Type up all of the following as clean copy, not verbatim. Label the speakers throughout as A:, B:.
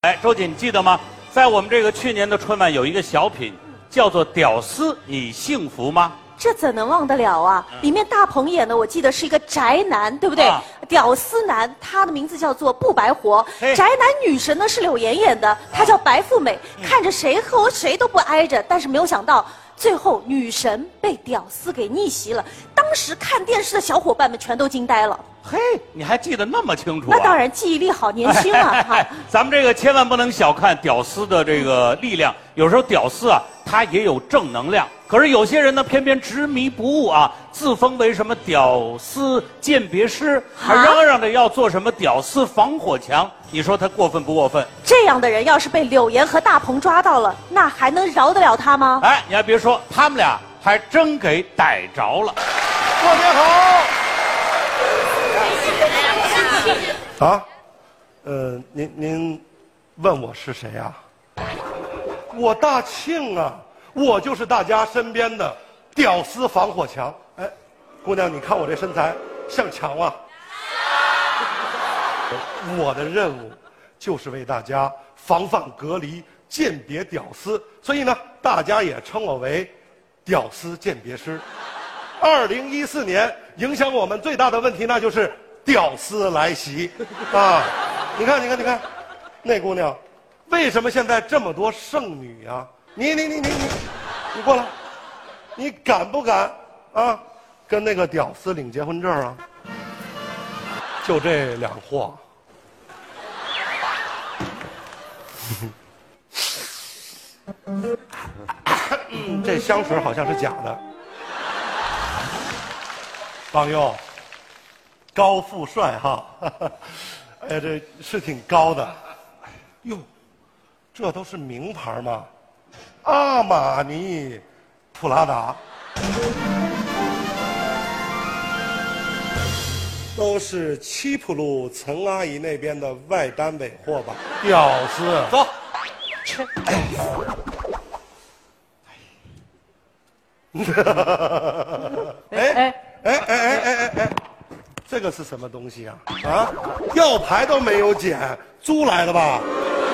A: 哎，周姐，你记得吗？在我们这个去年的春晚有一个小品，叫做《屌丝你幸福吗》。
B: 这怎能忘得了啊！里面大鹏演的，我记得是一个宅男，对不对？屌丝男，他的名字叫做不白活。宅男女神呢是柳岩演的，她叫白富美，看着谁和谁都不挨着，但是没有想到。最后，女神被屌丝给逆袭了。当时看电视的小伙伴们全都惊呆了。
A: 嘿，你还记得那么清楚
B: 那当然，记忆力好，年轻啊！哈，
A: 咱们这个千万不能小看屌丝的这个力量。有时候屌丝啊，他也有正能量。可是有些人呢，偏偏执迷不悟啊，自封为什么屌丝鉴别师，还嚷嚷着要做什么屌丝防火墙。你说他过分不过分？
B: 这样的人要是被柳岩和大鹏抓到了，那还能饶得了他吗？
A: 哎，你还别说，他们俩还真给逮着了。
C: 过年好！啊，您问我是谁啊？我大庆啊，我就是大家身边的屌丝防火墙。哎，姑娘，你看我这身材像墙吗？我的任务就是为大家防范隔离、鉴别屌丝，所以呢，大家也称我为屌丝鉴别师。2014年影响我们最大的问题，那就是屌丝来袭啊！你看，那姑娘，为什么现在这么多剩女啊？你过来，你敢不敢啊？跟那个屌丝领结婚证啊？就这两货。这香水好像是假的。朋友，高富帅哈，哎，这是挺高的。哟，这都是名牌吗？阿玛尼、普拉达，都是七浦路岑阿姨那边的外单尾货吧？屌丝，走。哎，这个是什么东西啊？啊，吊牌都没有剪，租来的吧？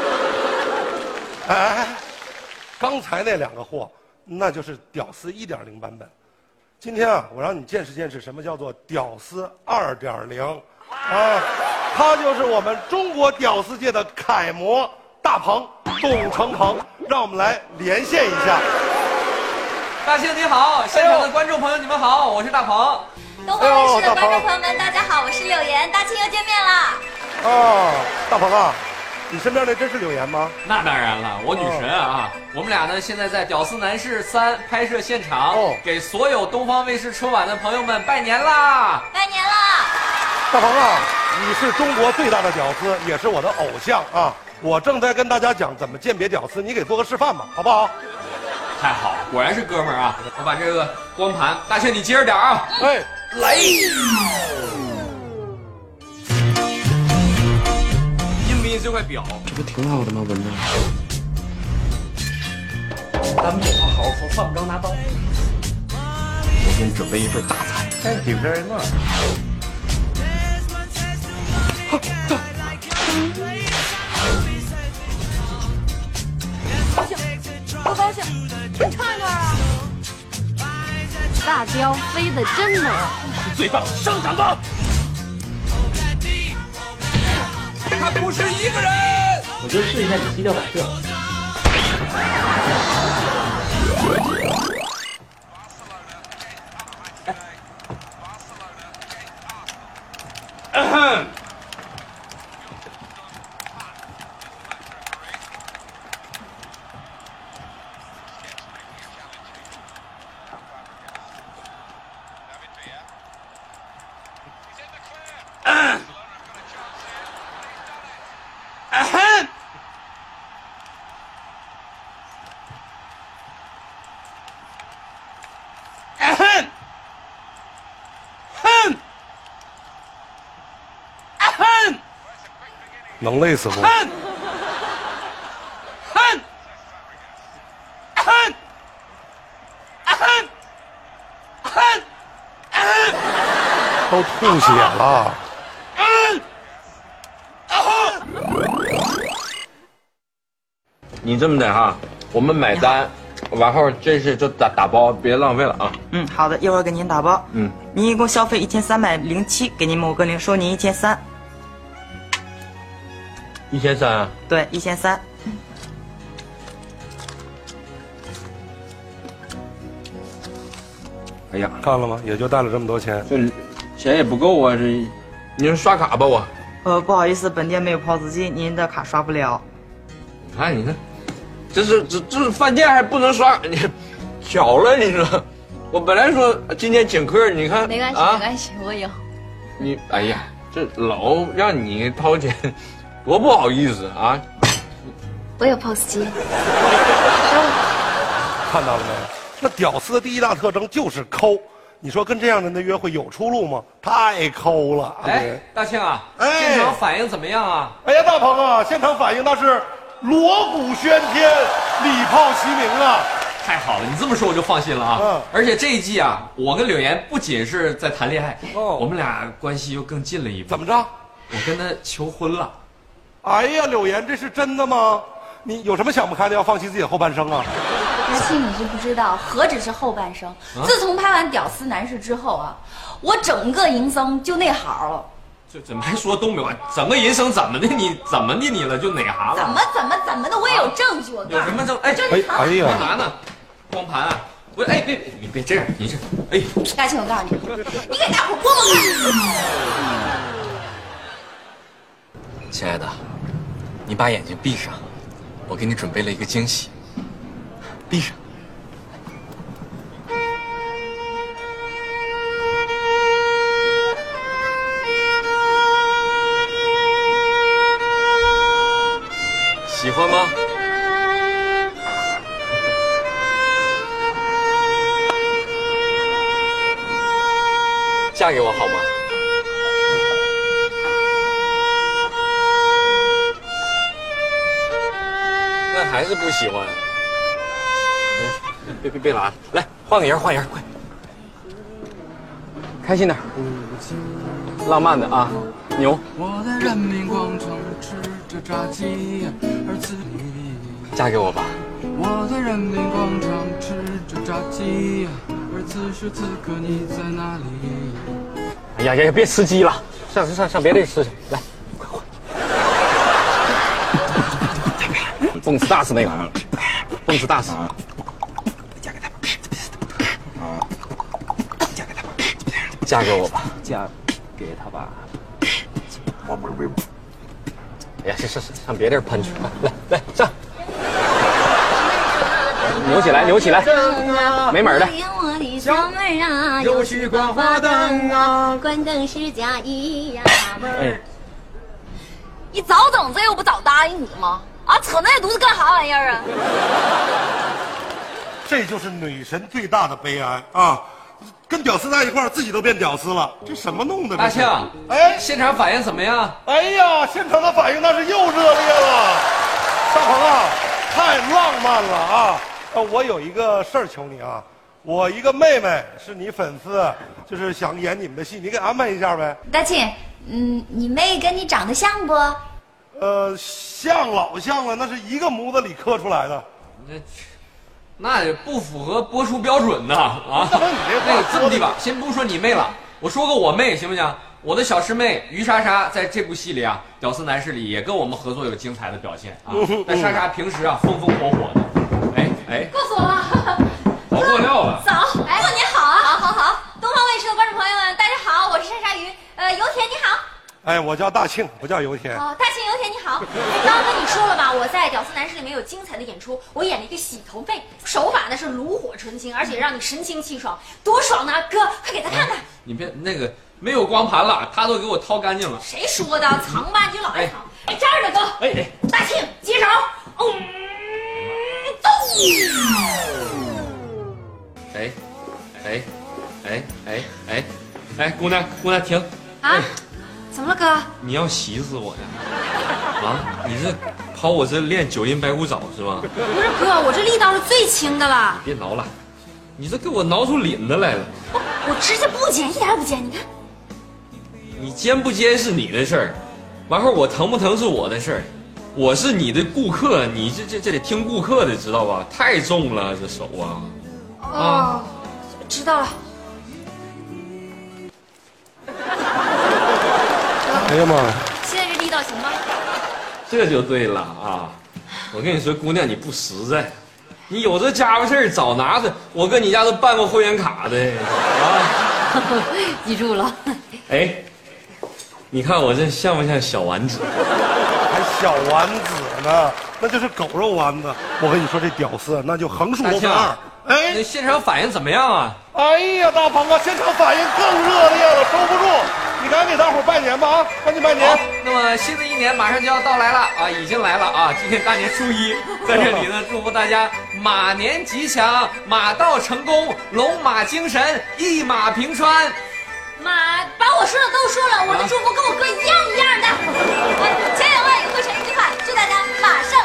C: 哎，刚才那两个货，那就是屌丝1.0版本。今天啊，我让你见识见识什么叫做屌丝2.0啊！他就是我们中国屌丝界的楷模大鹏，董成鹏，让我们来连线一下。
D: 大庆你好，现场的观众朋友你们好，我是大鹏。
E: 东方卫视的观众朋友们，大家好，我是柳岩，大庆又见面了。
C: 哦，大鹏啊，你身边那真是柳岩吗？
D: 那当然了，我女神啊！我们俩呢现在在《屌丝男士3》拍摄现场，给所有东方卫视春晚的朋友们拜年啦！
E: 拜年啦！
C: 大鹏啊，你是中国最大的屌丝，也是我的偶像啊！我正在跟大家讲怎么鉴别屌丝，你给做个示范吧，好不好？
D: 太好，果然是哥们儿啊！我把这个光盘，大庆你接着点啊！
C: 哎，
D: 来。印不印这块表？
F: 这不挺好的吗？闻着。
D: 咱们有话好好说，放招拿刀。
F: 我给你准备一份大餐。Thank you very much。
B: 不高兴，你唱一段啊！
G: 大雕飞得真美，
F: 最棒，上场吧！
D: 他不是一个人。
F: 我就试一下你低调摆设。
C: 能累死不？都吐血了。
F: 你这么的哈，我们买单，完后这是就打包，别浪费了啊。
H: 好的，一会儿给您打包。您一共消费1307，给您某个零，收您1300。
F: 1300啊？
H: 对，1300。
F: 哎呀，
C: 看了吗？也就带了这么多钱，
F: 这钱也不够啊！这，你说刷卡吧我。
H: 不好意思，本店没有 POS 机，您的卡刷不了。
F: 你看，这是饭店还不能刷，你巧了，你说，我本来说今天请客，你看
E: 没关系，没关系，我有。
F: 你哎呀，这老让你掏钱，多不好意思啊！
E: 我有 POS 机。
C: 看到了没？那屌丝的第一大特征就是抠。你说跟这样的人的约会有出路吗？太抠了。
D: 哎，大庆啊，
C: 哎，
D: 现场反应怎么样啊？
C: 哎呀，大鹏啊，现场反应那是锣鼓喧天，礼炮齐鸣啊！
D: 太好了，你这么说我就放心了啊。而且这一季啊，我跟柳岩不仅是在谈恋爱，我们俩关系又更近了一步。
C: 怎么着？
D: 我跟他求婚了。
C: 哎呀，柳岩，这是真的吗？你有什么想不开的，要放弃自己的后半生啊？
E: 大庆，你是不知道，何止是后半生。自从拍完《屌丝男士》之后啊，我整个营生就内行了。
D: 这怎么还说东北话？整个人生怎么的？你怎么的你了？就哪行了？
E: 怎么的？我也有证据，我告诉你。
D: 有什么证？哎呀，干嘛呢？光盘啊！我别，你别这样，你这哎。
E: 大庆，我告诉你，你给大伙播播
I: 看。亲爱的，你把眼睛闭上，我给你准备了一个惊喜。闭上。喜欢吗？嫁给我好吗？那还是不喜欢。别拉，来换个人，快，开心点，浪漫的啊，牛。我在人民广场吃着炸鸡，嫁给我吧。我在人民广场吃着炸鸡，而此时此刻你在哪里？哎呀，别吃鸡了，上别地吃去，来，快。蹦次大师那个，蹦次大师。嫁给我吧，
J: 嫁给他吧。
I: 哎呀，上别地儿喷去，来上，扭起来，没门的。
E: 小妹啊，有时关花灯啊，关灯是假意呀。
I: 哎，
E: 你早整这又不早答应你吗？啊，扯那犊子干啥玩意儿啊？
C: 这就是女神最大的悲哀啊！跟屌丝在一块儿，自己都变屌丝了，这什么弄的？
D: 大庆，
C: 哎，
D: 现场反应怎么样？
C: 哎呀，现场的反应那是又热烈了。大鹏啊，太浪漫了啊！我有一个事儿求你啊，我一个妹妹是你粉丝，就是想演你们的戏，你给安排一下呗。
E: 大庆，你妹跟你长得像不？
C: 像老像了，那是一个模子里刻出来的。
D: 那也不符合播出标准呐啊！那个这么地吧，先不说你妹了，我说个我妹行不行？我的小师妹于莎莎在这部戏里啊，《屌丝男士》里也跟我们合作有精彩的表现啊。但莎莎平时啊风风火火的，哎，
E: 过死我了，
D: 逃过料了。
E: 早，哎，过年好啊！好，东方卫视的观众朋友们，大家好，我是莎莎鱼，油田你好。
C: 哎，我叫大庆，不叫油田。
E: 哦，大庆油田你好。刚刚跟你说了吧，我在《屌丝男士》里面有精彩的演出，我演了一个洗头妹，手法呢是炉火纯青，而且让你神清气爽，多爽呢！哥，快给他看看。
D: 你别那个没有光盘了，他都给我掏干净了。
E: 谁说的？藏吧，你就老爱藏。哎，这样的哥。哎，大庆接手。走。
D: 哎，姑娘停。
E: 啊，怎么了哥？
D: 你要洗死我呀！啊，你这跑我这练9阴白骨爪是吧？
E: 不是哥，我这力道是最轻的了。
D: 别挠了，你这给我挠出领子来了。
E: 我指甲不尖，一点也不尖，你看。
D: 你尖不尖是你的事儿，完后我疼不疼是我的事儿。 我是你的顾客，你这得听顾客的，知道吧？太重了，这手啊。
E: 哦，知道了。
C: 哎呀妈呀！
E: 现在这力道行吗？
D: 这就对了啊！我跟你说，姑娘你不实在，你有这家伙事儿早拿着，我跟你家都办过会员卡的啊。
E: 记住了。
D: 哎，你看我这像不像小丸子？
C: 还小丸子呢，那就是狗肉丸子。我跟你说，这屌丝那就横竖都分二。哎，
D: 那现场反应怎么样啊？
C: 哎呀，大鹏啊，现场反应更热烈了，收不住。你赶紧给大伙拜年吧啊，赶紧拜年。
D: 好，那么新的一年马上就要到来了啊，已经来了啊！今天大年初一，在这里呢，祝福大家马年吉祥，马到成功，龙马精神，一马平川。
E: 妈，把我说的都说了，我的祝福跟我哥一样的。前2位会成一句话，祝大家马上